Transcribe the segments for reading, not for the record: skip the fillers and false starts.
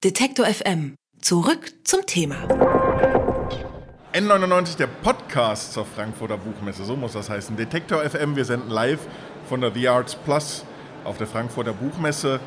Detektor FM. Zurück zum Thema. N99, der Podcast zur Frankfurter Buchmesse, so muss das heißen. Detektor FM, wir senden live von der The Arts Plus auf der Frankfurter Buchmesse.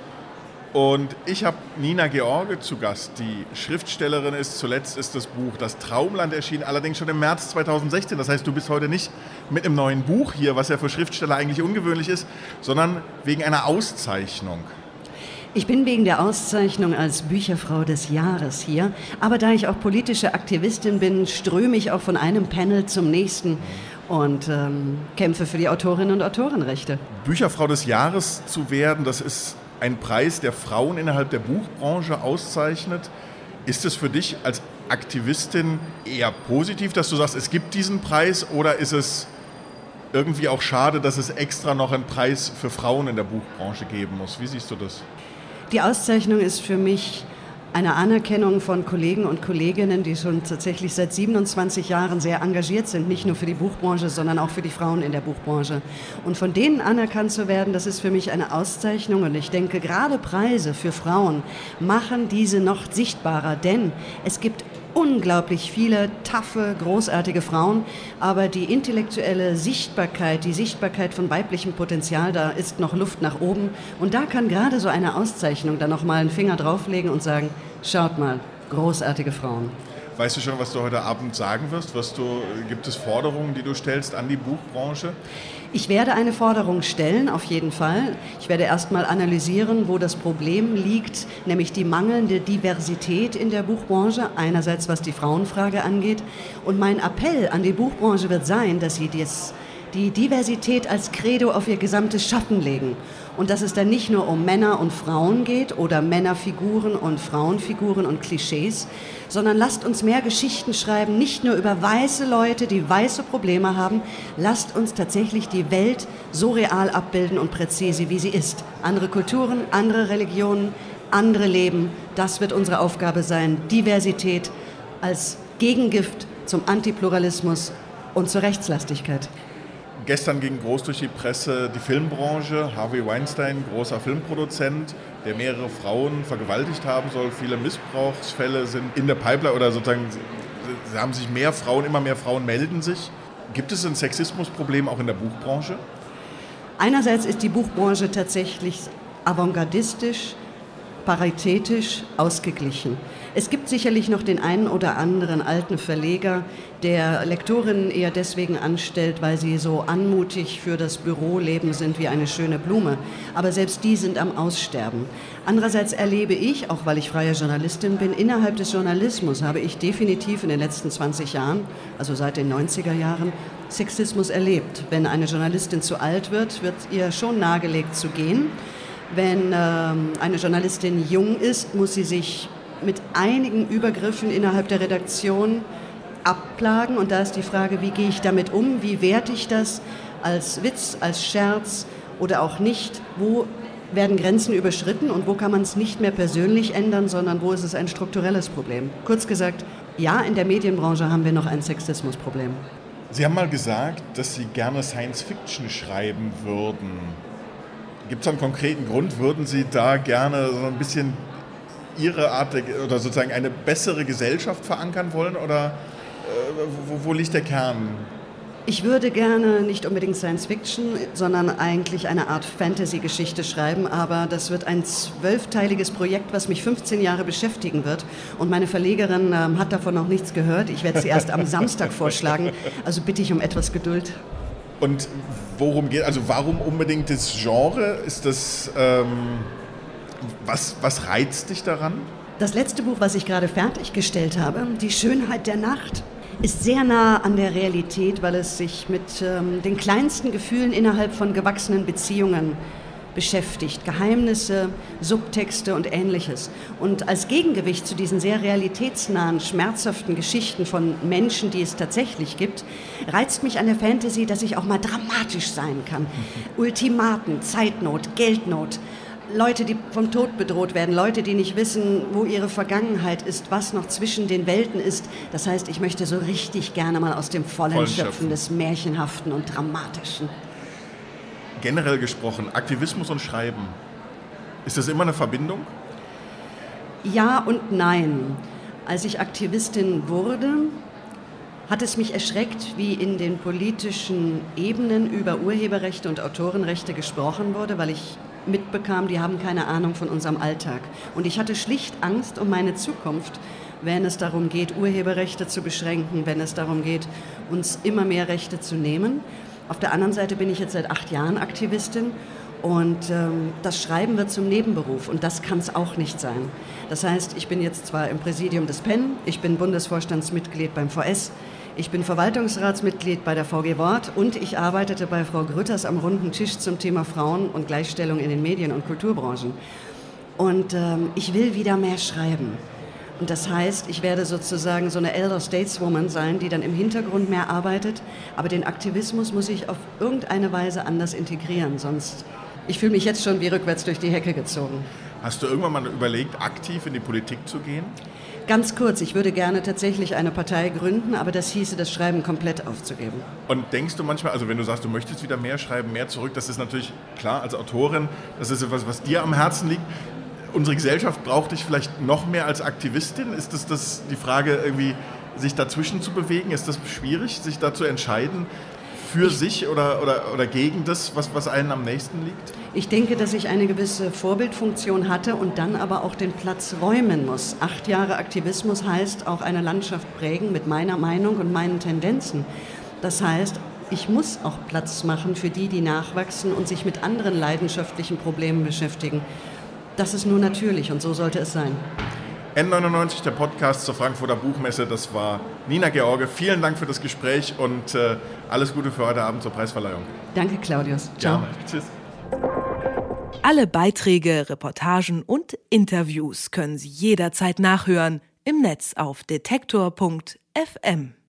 Und ich habe Nina George zu Gast, die Schriftstellerin ist. Zuletzt ist das Buch Das Traumland erschienen, allerdings schon im März 2016. Das heißt, du bist heute nicht mit einem neuen Buch hier, was ja für Schriftsteller eigentlich ungewöhnlich ist, sondern wegen einer Auszeichnung. Ich bin wegen der Auszeichnung als Bücherfrau des Jahres hier, aber da ich auch politische Aktivistin bin, ströme ich auch von einem Panel zum nächsten und kämpfe für die Autorinnen- und Autorenrechte. Bücherfrau des Jahres zu werden, das ist ein Preis, der Frauen innerhalb der Buchbranche auszeichnet. Ist es für dich als Aktivistin eher positiv, dass du sagst, es gibt diesen Preis, oder ist es irgendwie auch schade, dass es extra noch einen Preis für Frauen in der Buchbranche geben muss? Wie siehst du das? Die Auszeichnung ist für mich eine Anerkennung von Kollegen und Kolleginnen, die schon tatsächlich seit 27 Jahren sehr engagiert sind, nicht nur für die Buchbranche, sondern auch für die Frauen in der Buchbranche. Und von denen anerkannt zu werden, das ist für mich eine Auszeichnung. Und ich denke, gerade Preise für Frauen machen diese noch sichtbarer, denn es gibt unglaublich viele taffe, großartige Frauen, aber die intellektuelle Sichtbarkeit, die Sichtbarkeit von weiblichem Potenzial, da ist noch Luft nach oben. Und da kann gerade so eine Auszeichnung dann noch mal einen Finger drauflegen und sagen, schaut mal, großartige Frauen. Weißt du schon, was du heute Abend sagen wirst? Gibt es Forderungen, die du stellst an die Buchbranche? Ich werde eine Forderung stellen, auf jeden Fall. Ich werde erstmal analysieren, wo das Problem liegt, nämlich die mangelnde Diversität in der Buchbranche, einerseits was die Frauenfrage angeht. Und mein Appell an die Buchbranche wird sein, dass sie die Diversität als Credo auf ihr gesamtes Schaffen legen. Und dass es dann nicht nur um Männer und Frauen geht oder Männerfiguren und Frauenfiguren und Klischees, sondern lasst uns mehr Geschichten schreiben, nicht nur über weiße Leute, die weiße Probleme haben. Lasst uns tatsächlich die Welt so real abbilden und präzise, wie sie ist. Andere Kulturen, andere Religionen, andere Leben, das wird unsere Aufgabe sein. Diversität als Gegengift zum Antipluralismus und zur Rechtslastigkeit. Gestern ging groß durch die Presse die Filmbranche. Harvey Weinstein, großer Filmproduzent, der mehrere Frauen vergewaltigt haben soll. Viele Missbrauchsfälle sind in der Pipeline oder sozusagen, haben sich immer mehr Frauen melden sich. Gibt es ein Sexismusproblem auch in der Buchbranche? Einerseits ist die Buchbranche tatsächlich avantgardistisch, paritätisch, ausgeglichen. Es gibt sicherlich noch den einen oder anderen alten Verleger, der Lektorinnen eher deswegen anstellt, weil sie so anmutig für das Büroleben sind wie eine schöne Blume. Aber selbst die sind am Aussterben. Andererseits erlebe ich, auch weil ich freie Journalistin bin, innerhalb des Journalismus habe ich definitiv in den letzten 20 Jahren, also seit den 90er Jahren, Sexismus erlebt. Wenn eine Journalistin zu alt wird, wird ihr schon nahegelegt zu gehen. Wenn eine Journalistin jung ist, muss sie sich mit einigen Übergriffen innerhalb der Redaktion abplagen. Und da ist die Frage, wie gehe ich damit um? Wie werte ich das als Witz, als Scherz oder auch nicht? Wo werden Grenzen überschritten und wo kann man es nicht mehr persönlich ändern, sondern wo ist es ein strukturelles Problem? Kurz gesagt, ja, in der Medienbranche haben wir noch ein Sexismusproblem. Sie haben mal gesagt, dass Sie gerne Science-Fiction schreiben würden. Gibt es einen konkreten Grund? Würden Sie da gerne so ein bisschen Ihre Art oder sozusagen eine bessere Gesellschaft verankern wollen? Oder wo liegt der Kern? Ich würde gerne nicht unbedingt Science-Fiction, sondern eigentlich eine Art Fantasy-Geschichte schreiben. Aber das wird ein 12-teiliges Projekt, was mich 15 Jahre beschäftigen wird. Und meine Verlegerin hat davon noch nichts gehört. Ich werde sie erst am Samstag vorschlagen. Also bitte ich um etwas Geduld. Und warum unbedingt das Genre? Ist das, was reizt dich daran? Das letzte Buch, was ich gerade fertiggestellt habe, Die Schönheit der Nacht, ist sehr nah an der Realität, weil es sich mit den kleinsten Gefühlen innerhalb von gewachsenen Beziehungen beschäftigt. Geheimnisse, Subtexte und Ähnliches. Und als Gegengewicht zu diesen sehr realitätsnahen, schmerzhaften Geschichten von Menschen, die es tatsächlich gibt, reizt mich an der Fantasy, dass ich auch mal dramatisch sein kann. Ultimaten, Zeitnot, Geldnot, Leute, die vom Tod bedroht werden, Leute, die nicht wissen, wo ihre Vergangenheit ist, was noch zwischen den Welten ist. Das heißt, ich möchte so richtig gerne mal aus dem Vollen schöpfen des Märchenhaften und Dramatischen. Generell gesprochen, Aktivismus und Schreiben, ist das immer eine Verbindung? Ja und nein. Als ich Aktivistin wurde, hat es mich erschreckt, wie in den politischen Ebenen über Urheberrechte und Autorenrechte gesprochen wurde, weil ich mitbekam, die haben keine Ahnung von unserem Alltag. Und ich hatte schlicht Angst um meine Zukunft, wenn es darum geht, Urheberrechte zu beschränken, wenn es darum geht, uns immer mehr Rechte zu nehmen. Auf der anderen Seite bin ich jetzt seit 8 Jahren Aktivistin und das Schreiben wird zum Nebenberuf und das kann es auch nicht sein. Das heißt, ich bin jetzt zwar im Präsidium des PEN, ich bin Bundesvorstandsmitglied beim VS, ich bin Verwaltungsratsmitglied bei der VG Wort und ich arbeitete bei Frau Grütters am runden Tisch zum Thema Frauen und Gleichstellung in den Medien- und Kulturbranchen. Und ich will wieder mehr schreiben. Und das heißt, ich werde sozusagen so eine Elder Stateswoman sein, die dann im Hintergrund mehr arbeitet. Aber den Aktivismus muss ich auf irgendeine Weise anders integrieren, sonst... Ich fühle mich jetzt schon wie rückwärts durch die Hecke gezogen. Hast du irgendwann mal überlegt, aktiv in die Politik zu gehen? Ganz kurz, ich würde gerne tatsächlich eine Partei gründen, aber das hieße, das Schreiben komplett aufzugeben. Und denkst du manchmal, also wenn du sagst, du möchtest wieder mehr schreiben, mehr zurück, das ist natürlich klar als Autorin, das ist etwas, was dir am Herzen liegt. Unsere Gesellschaft braucht dich vielleicht noch mehr als Aktivistin. Ist das die Frage, irgendwie sich dazwischen zu bewegen? Ist das schwierig, sich da zu entscheiden für sich oder gegen das, was einem am nächsten liegt? Ich denke, dass ich eine gewisse Vorbildfunktion hatte und dann aber auch den Platz räumen muss. 8 Jahre Aktivismus heißt auch eine Landschaft prägen mit meiner Meinung und meinen Tendenzen. Das heißt, ich muss auch Platz machen für die nachwachsen und sich mit anderen leidenschaftlichen Problemen beschäftigen. Das ist nur natürlich und so sollte es sein. N99, der Podcast zur Frankfurter Buchmesse, das war Nina George. Vielen Dank für das Gespräch und alles Gute für heute Abend zur Preisverleihung. Danke, Claudius. Ciao. Gerne. Tschüss. Alle Beiträge, Reportagen und Interviews können Sie jederzeit nachhören im Netz auf detektor.fm.